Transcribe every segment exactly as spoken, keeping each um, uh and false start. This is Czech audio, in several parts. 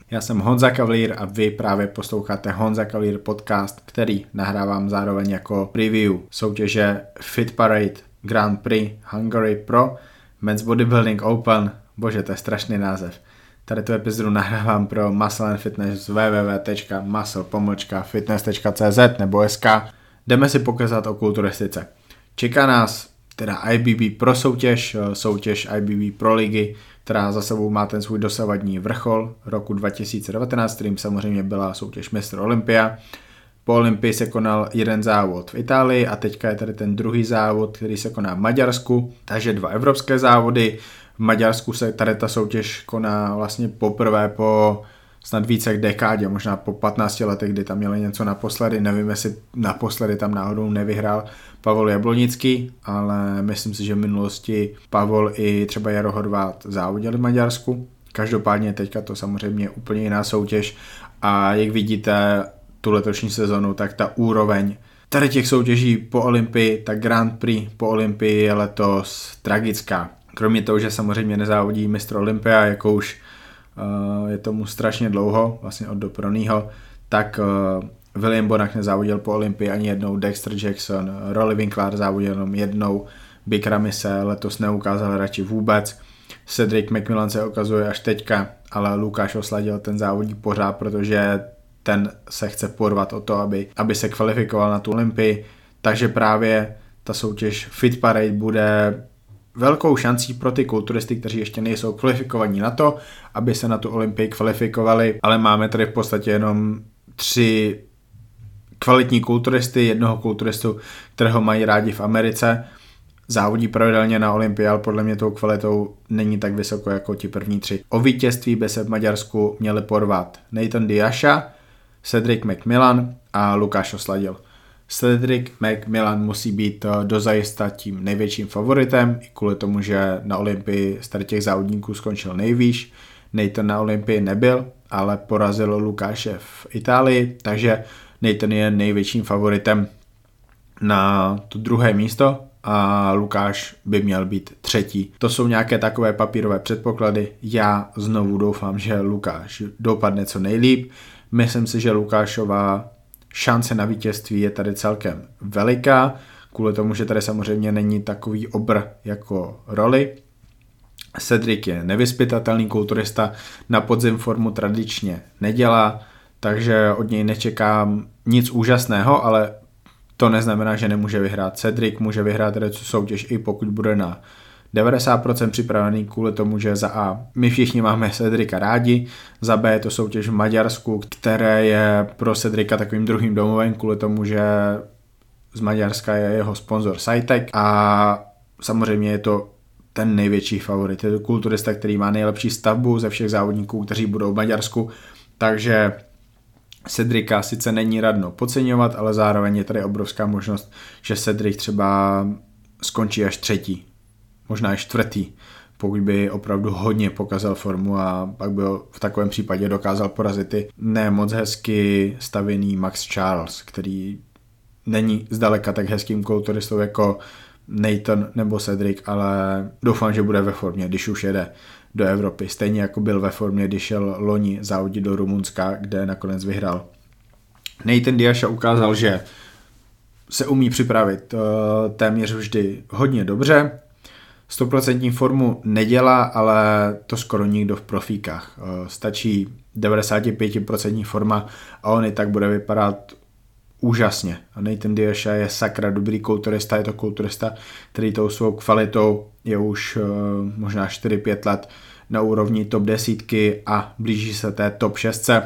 Já jsem Honza Cavalier a vy právě posloucháte Honza Cavalier podcast, který nahrávám zároveň jako preview soutěže Fit Parade Grand Prix Hungary Pro Men's Bodybuilding Open. Bože, to je strašný název. Tady tu epizodu nahrávám pro Muscle and Fitness w w w tečka muscle pomlčka fitness tečka c z nebo sk. Jdeme si pokecat o kulturistice. Čeká nás teda I B B Pro soutěž, soutěž I B B Pro ligy, která za sebou má ten svůj dosavadní vrchol roku dva tisíce devatenáct, kterým samozřejmě byla soutěž Mistr Olympia. Po Olympii se konal jeden závod v Itálii a teďka je tady ten druhý závod, který se koná v Maďarsku, takže dva evropské závody. V Maďarsku se tady ta soutěž koná vlastně poprvé po snad více jak dekádě, možná po patnácti letech, kdy tam měli něco naposledy, nevím, jestli naposledy tam náhodou nevyhrál Pavol Jablonický, ale myslím si, že v minulosti Pavol i třeba Jaro Horvát závodili v Maďarsku. Každopádně teďka to samozřejmě je úplně jiná soutěž a jak vidíte tu letošní sezonu, tak ta úroveň tady těch soutěží po Olympii, tak Grand Prix po Olympii je letos tragická. Kromě toho, že samozřejmě nezávodí mistr Olympia, jako už uh, je tomu strašně dlouho, vlastně od Dopronýho, tak uh, William Bonac nezávodil po Olympii ani jednou, Dexter Jackson, Rolly Winkler závodil jenom jednou, Bikram se letos neukázal radši vůbec, Cedric McMillan se ukazuje až teďka, ale Lukáš Osladil ten závodí pořád, protože ten se chce porvat o to, aby, aby se kvalifikoval na tu Olympii, takže právě ta soutěž Fit Parade bude velkou šancí pro ty kulturisty, kteří ještě nejsou kvalifikovaní na to, aby se na tu Olympii kvalifikovali, ale máme tady v podstatě jenom tři kvalitní kulturisty, jednoho kulturistu, kterého mají rádi v Americe, závodí pravidelně na Olympii, ale podle mě tou kvalitou není tak vysoko jako ti první tři. O vítězství by se v Maďarsku měli porvat Nathan Diasha, Cedric McMillan a Lukáš Osladil. Cedric McMillan musí být dozajista tím největším favoritem, i kvůli tomu, že na Olympii z tady těch závodníků skončil nejvýš. Nathan na Olympii nebyl, ale porazil Lukáše v Itálii, takže Nathan je největším favoritem na to druhé místo a Lukáš by měl být třetí. To jsou nějaké takové papírové předpoklady. Já znovu doufám, že Lukáš dopadne co nejlíp. Myslím si, že Lukášova šance na vítězství je tady celkem veliká, kvůli tomu, že tady samozřejmě není takový obr jako Rolly. Cedric je nevyzpytatelný kulturista, na podzim formu tradičně nedělá, takže od něj nečekám nic úžasného, ale to neznamená, že nemůže vyhrát. Cedric může vyhrát tady soutěž i pokud bude na devadesát procent připravený kvůli tomu, že za A my všichni máme Cedrica rádi, za B je to soutěž v Maďarsku, které je pro Cedrica takovým druhým domovem kvůli tomu, že z Maďarska je jeho sponzor Cytec a samozřejmě je to ten největší favorit. Je to kulturista, který má nejlepší stavbu ze všech závodníků, kteří budou v Maďarsku, takže Cedrica sice není radno podceňovat, ale zároveň je tady obrovská možnost, že Cedric třeba skončí až třetí, možná i čtvrtý, pokud by opravdu hodně pokazal formu a pak by v takovém případě dokázal porazit ty ne moc hezky stavěný Max Charles, který není zdaleka tak hezkým kulturistou jako Nathan nebo Cedric, ale doufám, že bude ve formě, když už jede do Evropy. Stejně jako byl ve formě, když šel loni závodit do Rumunska, kde nakonec vyhrál. Nathan Diasha ukázal, že se umí připravit téměř vždy hodně dobře. sto procent formu nedělá, ale to skoro nikdo v profíkách. Stačí devadesát pět procent forma a on i tak bude vypadat úžasně. A Nathan Diasha je sakra dobrý kulturista, je to kulturista, který tou svou kvalitou je už možná čtyři pět let na úrovni top desítky a blíží se té top šestce.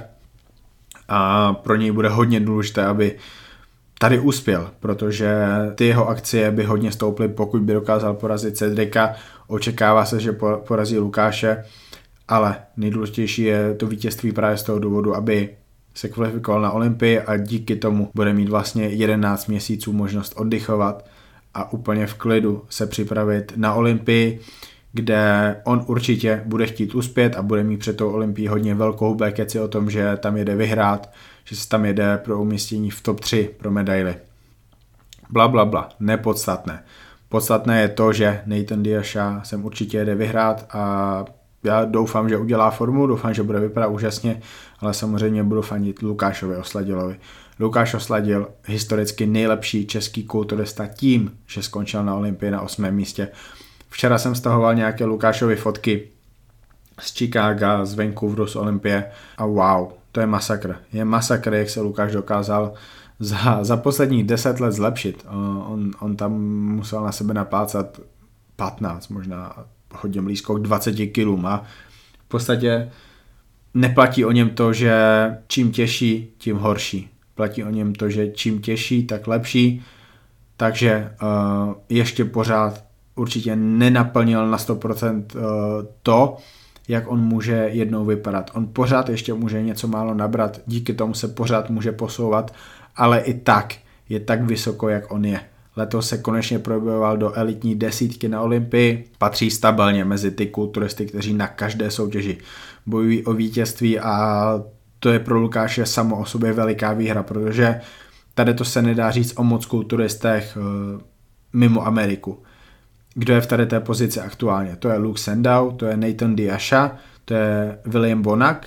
A pro něj bude hodně důležité, aby tady uspěl, protože ty jeho akcie by hodně stouply, pokud by dokázal porazit Cedrica. Očekává se, že porazí Lukáše, ale nejdůležitější je to vítězství právě z toho důvodu, aby se kvalifikoval na Olympii a díky tomu bude mít vlastně jedenáct měsíců možnost oddychovat a úplně v klidu se připravit na Olympii, kde on určitě bude chtít uspět a bude mít před tou Olympií hodně velkou bekeci o tom, že tam jede vyhrát, že se tam jede pro umístění v top tři pro medaily. Bla, bla, bla, nepodstatné. Podstatné je to, že Nathan Diasha sem určitě jede vyhrát a já doufám, že udělá formu, doufám, že bude vypadat úžasně, ale samozřejmě budu fandit Lukášovi Osladilovi. Lukáš Osladil, historicky nejlepší český kulturista tím, že skončil na Olympii na osmém místě. Včera jsem stahoval nějaké Lukášovy fotky z Chicaga, z Vancouveru, z Olympie a wow, to je masakr. Je masakr, jak se Lukáš dokázal za, za posledních deset let zlepšit. On, on tam musel na sebe naplácat patnáct, možná hodně blízko k dvaceti kilům a v podstatě neplatí o něm to, že čím těžší, tím horší. Platí o něm to, že čím těžší, tak lepší, takže uh, ještě pořád určitě nenaplnil na sto procent uh, to, jak on může jednou vypadat. On pořád ještě může něco málo nabrat, díky tomu se pořád může posouvat, ale i tak je tak vysoko, jak on je. Letos se konečně probojoval do elitní desítky na Olympii, patří stabilně mezi ty kulturisty, kteří na každé soutěži bojují o vítězství a to je pro Lukáše samo o sobě veliká výhra, protože tady to se nedá říct o moc kulturistech mimo Ameriku. Kdo je v tady té pozici aktuálně? To je Luke Sandow, to je Nathan Diasha, to je William Bonac.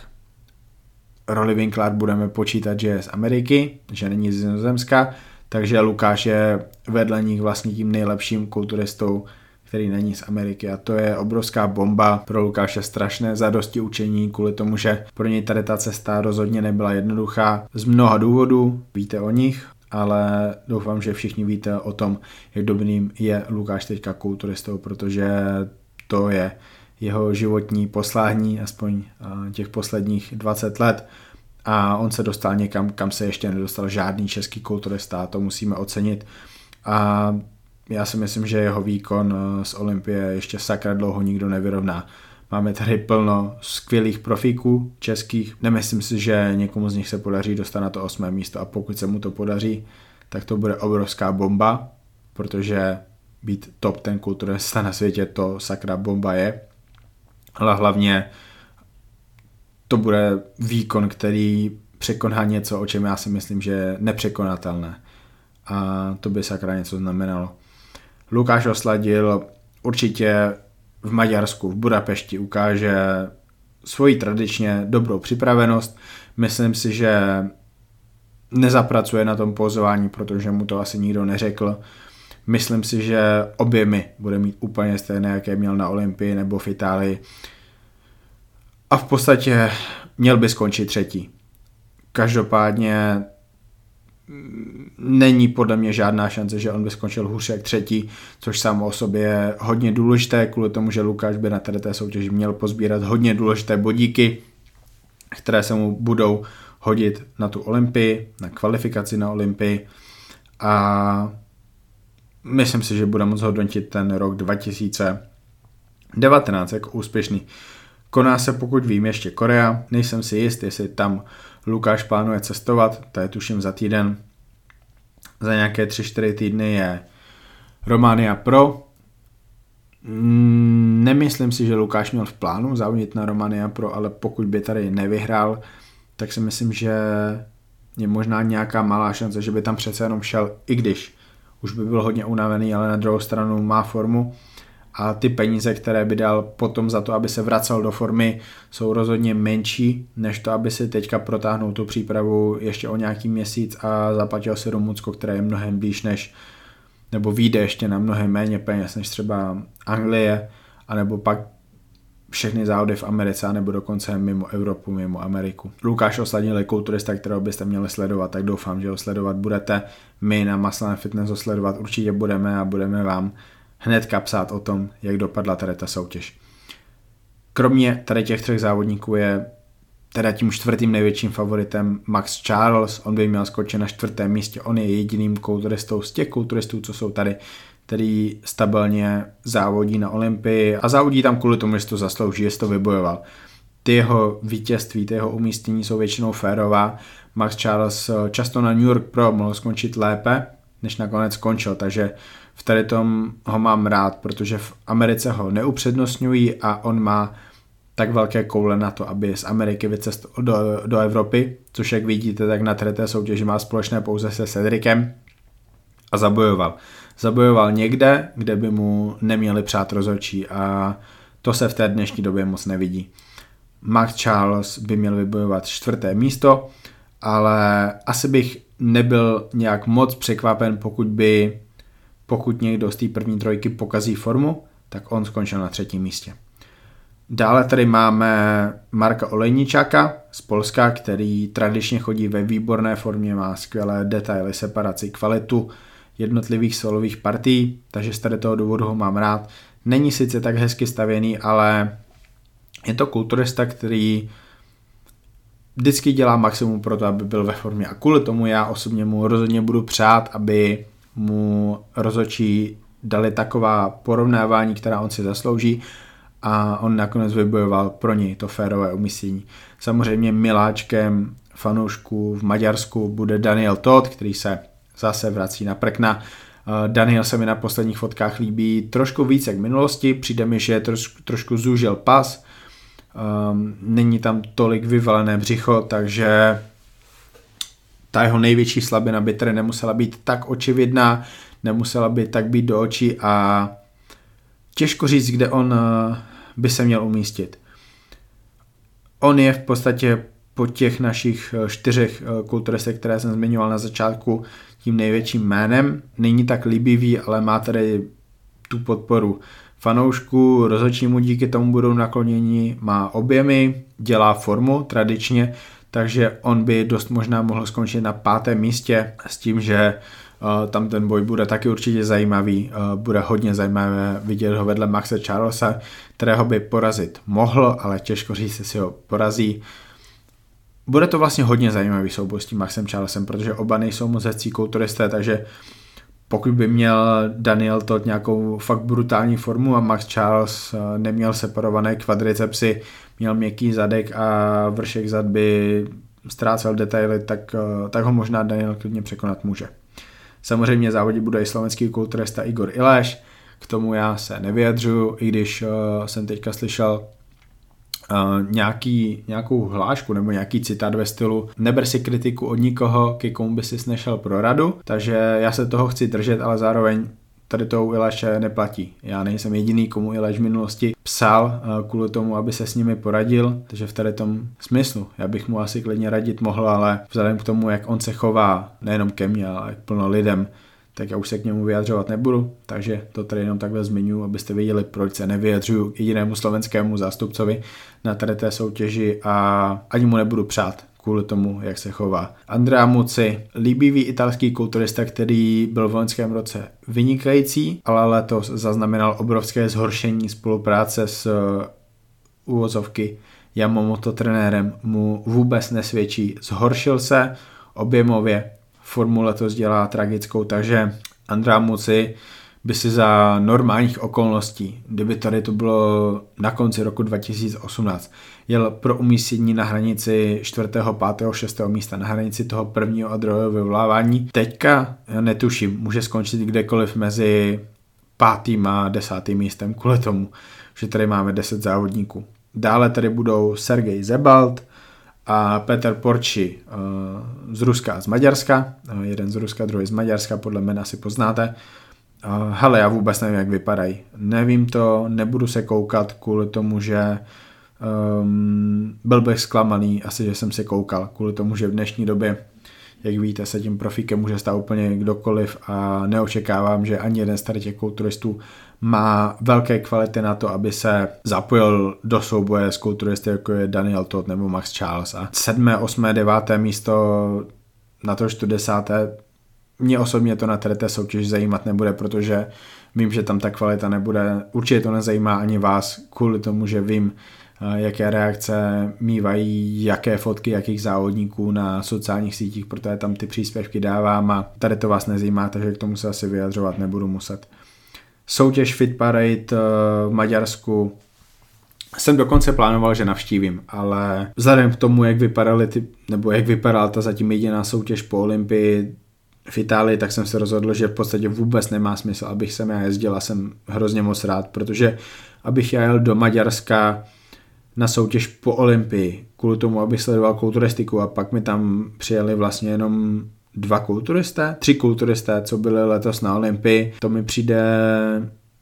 Rolly Winkler budeme počítat, že je z Ameriky, že není z Nizozemska, takže Lukáš je vedle nich vlastně tím nejlepším kulturistou, který není z Ameriky a to je obrovská bomba pro Lukáše, strašné zadosti učení kvůli tomu, že pro něj tady ta cesta rozhodně nebyla jednoduchá z mnoha důvodů, víte o nich, ale doufám, že všichni víte o tom, jak dobrým je Lukáš teďka kulturistou, protože to je jeho životní poslání, aspoň těch posledních dvacet let a on se dostal někam, kam se ještě nedostal žádný český kulturista a to musíme ocenit a já si myslím, že jeho výkon z Olympie ještě sakra dlouho nikdo nevyrovná. Máme tady plno skvělých profíků českých. Nemyslím si, že někomu z nich se podaří dostat na to osmé místo a pokud se mu to podaří, tak to bude obrovská bomba, protože být top ten kulturista na světě to sakra bomba je. Ale hlavně to bude výkon, který překoná něco, o čem já si myslím, že je nepřekonatelné. A to by sakra něco znamenalo. Lukáš Osladil určitě v Maďarsku, v Budapešti ukáže svoji tradičně dobrou připravenost. Myslím si, že nezapracuje na tom pozování, protože mu to asi nikdo neřekl. Myslím si, že objemy bude mít úplně stejné, jaké měl na Olympii nebo v Itálii. A v podstatě měl by skončit třetí. Každopádně není podle mě žádná šance, že on by skončil hůř jak třetí, což samo o sobě je hodně důležité, kvůli tomu, že Lukáš by na této soutěži měl pozbírat hodně důležité bodíky, které se mu budou hodit na tu Olympii, na kvalifikaci na Olympii a myslím si, že bude moct hodnotit ten rok dva tisíce devatenáct jako úspěšný. Koná se, pokud vím, ještě Korea, nejsem si jist, jestli tam Lukáš plánuje cestovat, to je tuším za týden. Za nějaké tři čtyři týdny je Romania Pro. Nemyslím si, že Lukáš měl v plánu závodit na Romania Pro, ale pokud by tady nevyhrál, tak si myslím, že je možná nějaká malá šance, že by tam přece jenom šel, i když už by byl hodně unavený, ale na druhou stranu má formu. A ty peníze, které by dal potom za to, aby se vracel do formy, jsou rozhodně menší, než to, aby si teďka protáhnul tu přípravu ještě o nějaký měsíc a zaplatil si Rumunsko, které je mnohem blíž než, nebo vyjde ještě na mnohem méně peněz, než třeba Anglie, anebo pak všechny závody v Americe, nebo dokonce mimo Evropu, mimo Ameriku. Lukáš Osladil je kulturista, kterého byste měli sledovat, tak doufám, že ho sledovat budete. My na Muscle and Fitness ho sledovat určitě budeme a budeme vám hnedka psát o tom, jak dopadla tady ta soutěž. Kromě tady těch třech závodníků je teda tím čtvrtým největším favoritem Max Charles, on by měl skočit na čtvrtém místě, on je jediným kulturistou z těch kulturistů, co jsou tady, který stabilně závodí na Olympii a závodí tam kvůli tomu, že to zaslouží, že to vybojoval. Ty jeho vítězství, ty jeho umístění jsou většinou férová. Max Charles často na New York Pro mohl skončit lépe, než nakonec skončil, takže v tady tom ho mám rád, protože v Americe ho neupřednostňují a on má tak velké koule na to, aby z Ameriky vycestoval do, do Evropy, což jak vidíte, tak na té soutěži má společné pouze se Cedricem a zabojoval. Zabojoval někde, kde by mu neměli přát rozhodčí a to se v té dnešní době moc nevidí. Max Charles by měl vybojovat čtvrté místo, ale asi bych nebyl nějak moc překvapen, pokud by pokud někdo z té první trojky pokazí formu, tak on skončil na třetím místě. Dále tady máme Marka Olejničáka z Polska, který tradičně chodí ve výborné formě, má skvělé detaily, separaci, kvalitu jednotlivých solových partií, takže z tady toho důvodu ho mám rád. Není sice tak hezky stavěný, ale je to kulturista, který vždycky dělá maximum pro to, aby byl ve formě a kvůli tomu já osobně mu rozhodně budu přát, aby mu rozhodčí dali taková porovnávání, která on si zaslouží a on nakonec vybojoval pro něj to férové umístění. Samozřejmě miláčkem fanoušků v Maďarsku bude Daniel Todt, který se zase vrací na prkna. Daniel se mi na posledních fotkách líbí trošku víc jak v minulosti, přijde mi, že troš, trošku zúžil pas, um, není tam tolik vyvalené břicho, takže ta jeho největší slabina by tedy nemusela být tak očividná, nemusela by tak být do očí a těžko říct, kde on by se měl umístit. On je v podstatě po těch našich čtyřech kulturistech, které jsem zmiňoval na začátku, tím největším jménem. Není tak líbivý, ale má tady tu podporu fanoušků, rozhodčí mu díky tomu budou nakloněni, má objemy, dělá formu tradičně, takže on by dost možná mohl skončit na pátém místě s tím, že uh, tam ten boj bude taky určitě zajímavý, uh, bude hodně zajímavé vidět ho vedle Maxe Charlesa, kterého by porazit mohl, ale těžko říct, jestli ho porazí. Bude to vlastně hodně zajímavý souboj s tím Maxem Charlesem, protože oba nejsou moc hezcí kulturisté, takže pokud by měl Daniel Todt nějakou fakt brutální formu a Max Charles neměl separované kvadricepsy, měl měkký zadek a vršek zad by ztrácel detaily, tak, tak ho možná Daniel klidně překonat může. Samozřejmě závodit bude i slovenský kulturista Igor Ileš, k tomu já se nevyjadřuju, i když jsem teďka slyšel Uh, nějaký, nějakou hlášku nebo nějaký citát ve stylu neber si kritiku od nikoho, ke komu by si nešel pro radu, takže já se toho chci držet, ale zároveň tady to u Ileše neplatí. Já nejsem jediný, komu Ileš v minulosti psal uh, kvůli tomu, aby se s nimi poradil, takže v tady tom smyslu já bych mu asi klidně radit mohl, ale vzhledem k tomu, jak on se chová, nejenom ke mně, ale k plno lidem, tak já už se k němu vyjadřovat nebudu, takže to tady jenom takhle zmiňuji, abyste věděli, proč se nevyjadřuju k jedinému slovenskému zástupcovi na tady té soutěži a ani mu nebudu přát kvůli tomu, jak se chová. Andrea Mucci, líbivý italský kulturista, který byl v loňském roce vynikající, ale letos zaznamenal obrovské zhoršení spolupráce s uvozovky Yamamoto trenérem, mu vůbec nesvědčí. Zhoršil se objemově, formu letos dělá tragickou, takže Andrea Mucci by si za normálních okolností, kdyby tady to bylo na konci roku dva tisíce osmnáct, jel pro umístění na hranici čtvrtého, pátého, šestého místa, na hranici toho prvního a druhého vyvolávání. Teďka, já netuším, může skončit kdekoliv mezi pátým a desátým místem kvůli tomu, že tady máme deset závodníků. Dále tady budou Sergej Zebald a Petr Porči z Ruska a z Maďarska. Jeden z Ruska, druhý z Maďarska, podle jména si poznáte. Hele, já vůbec nevím, jak vypadají. Nevím to, nebudu se koukat kvůli tomu, že um, byl bych zklamaný, asi, že jsem se koukal, kvůli tomu, že v dnešní době, jak víte, se tím profíkem může stát úplně kdokoliv a neočekávám, že ani jeden z tady těch kulturistů má velké kvality na to, aby se zapojil do souboje s kulturisty, jako je Daniel Todt nebo Max Charles. A sedmé, osmé, deváté místo, na to to desáté, mě osobně to na té soutěži zajímat nebude, protože vím, že tam ta kvalita nebude. Určitě to nezajímá ani vás, kvůli tomu, že vím, jaké reakce mývají, jaké fotky, jakých závodníků na sociálních sítích, protože tam ty příspěvky dávám a tady to vás nezajímá, takže k tomu se asi vyjadřovat nebudu muset. Soutěž Fit Parade v Maďarsku jsem dokonce plánoval, že navštívím, ale vzhledem k tomu, jak vypadaly ty, nebo jak vypadala ta zatím jediná soutěž po Olympii v Itálii, tak jsem se rozhodl, že v podstatě vůbec nemá smysl, abych sem já jezdil a jsem hrozně moc rád, protože abych já jel do Maďarska na soutěž po Olympii, kvůli tomu, abych sledoval kulturistiku a pak mi tam přijeli vlastně jenom dva kulturisté, tři kulturisté, co byli letos na Olympii, to mi přijde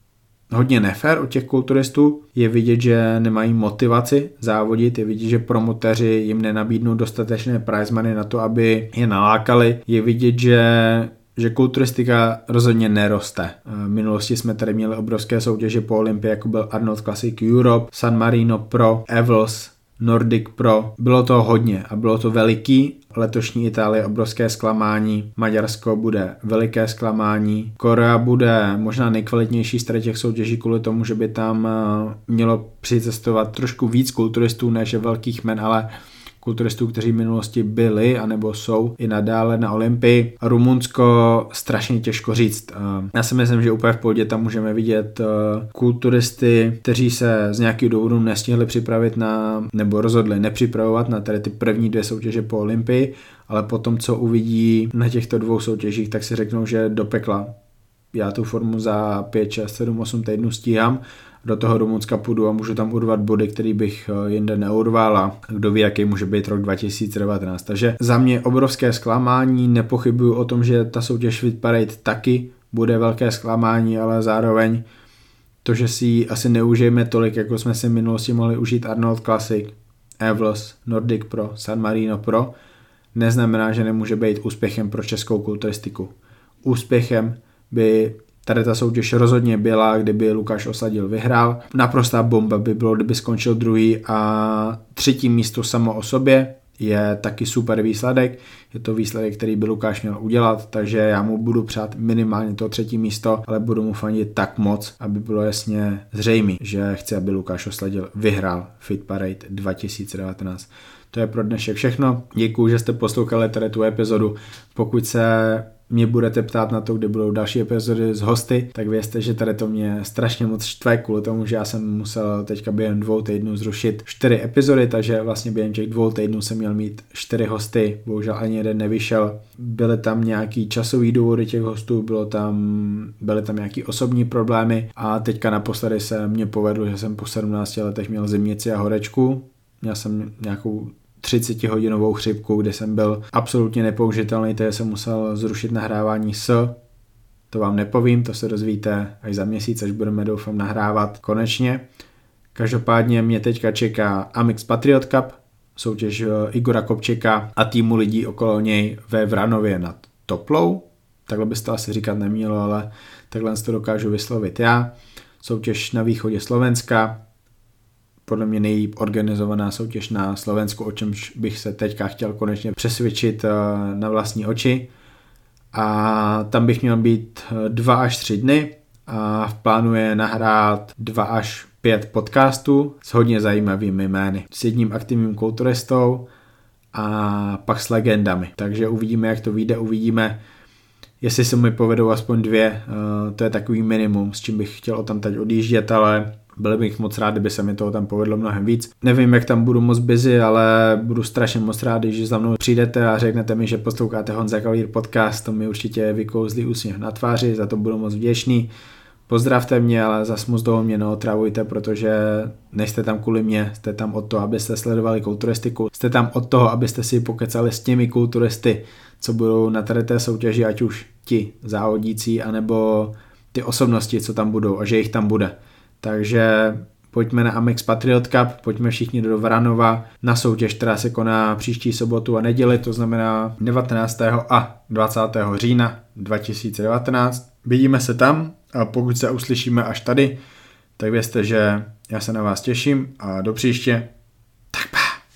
hodně nefér od těch kulturistů. Je vidět, že nemají motivaci závodit, je vidět, že promotéři jim nenabídnou dostatečné prize money na to, aby je nalákali. Je vidět, že že kulturistika rozhodně neroste. V minulosti jsme tady měli obrovské soutěže po Olympii, jako byl Arnold Classic Europe, San Marino Pro, Evels, Nordic Pro. Bylo to hodně a bylo to veliký. Letošní Itálie obrovské zklamání, Maďarsko bude veliké zklamání, Korea bude možná nejkvalitnější z těch soutěží kvůli tomu, že by tam mělo přicestovat trošku víc kulturistů než velkých men, ale kulturistů, kteří v minulosti byli anebo jsou i nadále na Olympii. Rumunsko strašně těžko říct. Já si myslím, že úplně v pohodě tam můžeme vidět kulturisty, kteří se z nějakých důvodů nestihli připravit na, nebo rozhodli nepřipravovat na tady ty první dvě soutěže po Olympii, ale potom, co uvidí na těchto dvou soutěžích, tak si řeknou, že do pekla. Já tu formu za pět, šest, sedm, osm týdnů stíhám, do toho Rumunska půjdu a můžu tam urvat body, který bych jinde neurval a kdo ví, jaký může být rok dva tisíce devatenáct. Takže za mě obrovské zklamání, nepochybuju o tom, že ta soutěž Fit Parade taky bude velké zklamání, ale zároveň to, že si ji asi neužijeme tolik, jako jsme si v minulosti mohli užít Arnold Classic, Evels, Nordic Pro, San Marino Pro, neznamená, že nemůže být úspěchem pro českou kulturistiku. Úspěchem by tady ta soutěž rozhodně byla, kdyby Lukáš Osadil vyhrál. Naprostá bomba by bylo, kdyby skončil druhý a třetí místo samo o sobě je taky super výsledek. Je to výsledek, který by Lukáš měl udělat, takže já mu budu přát minimálně to třetí místo, ale budu mu fandit tak moc, aby bylo jasně zřejmé, že chci, aby Lukáš Osadil vyhrál Fit Parade dva tisíce devatenáct. To je pro dnešek všechno. Děkuju, že jste poslouchali tady tu epizodu. Pokud se mě budete ptát na to, kde budou další epizody z hosty, tak vězte, že tady to mě strašně moc štve kvůli tomu, že já jsem musel teďka během dvou týdnů zrušit čtyři epizody, takže vlastně během těch dvou týdnů jsem měl mít čtyři hosty, bohužel ani jeden nevyšel. Byly tam nějaký časový důvody těch hostů, bylo tam, byly tam nějaký osobní problémy a teďka naposledy se mě povedlo, že jsem po sedmnácti letech měl zimnici a horečku. Měl jsem nějakou třicetihodinovou chřipku, kde jsem byl absolutně nepoužitelný, takže jsem musel zrušit nahrávání s, to vám nepovím, to se dozvíte až za měsíc, až budeme doufám nahrávat konečně. Každopádně mě teďka čeká Amex Patriot Cup, soutěž Igora Kopčeka a týmu lidí okolo něj ve Vranově nad Toplou, takhle by se to asi říkat nemělo, ale takhle to dokážu vyslovit já. Soutěž na východě Slovenska, podle mě nejlíp organizovaná soutěž na Slovensku, o čemž bych se teďka chtěl konečně přesvědčit na vlastní oči. A tam bych měl být dva až tři dny a v plánu je nahrát dva až pět podcastů s hodně zajímavými jmény. S jedním aktivním kulturistou a pak s legendami. Takže uvidíme, jak to vyjde, uvidíme, jestli se mi povedou aspoň dvě. To je takový minimum, s čím bych chtěl odtamtud odjíždět, ale byl bych moc rád, kdyby se mi toho tam povedlo mnohem víc. Nevím, jak tam budu moc busy, ale budu strašně moc rád, když za mnou přijdete a řeknete mi, že posloucháte Honza Kalír podcast, to mi určitě vykouzlí úsměv na tváři, za to budu moc vděčný. Pozdravte mě, ale zas moc toho mě neotravujte, protože nejste tam kvůli mě, jste tam od toho, abyste sledovali kulturistiku, jste tam od toho, abyste si pokecali s těmi kulturisty, co budou na tady té soutěži, ať už ti závodící, anebo ty osobnosti, co tam budou a že jich tam bude. Takže pojďme na Amex Patriot Cup, pojďme všichni do Vranova na soutěž, která se koná příští sobotu a neděli, to znamená devatenáctého a dvacátého října dva tisíce devatenáct. Vidíme se tam a pokud se uslyšíme až tady, tak vězte, že já se na vás těším a do příště.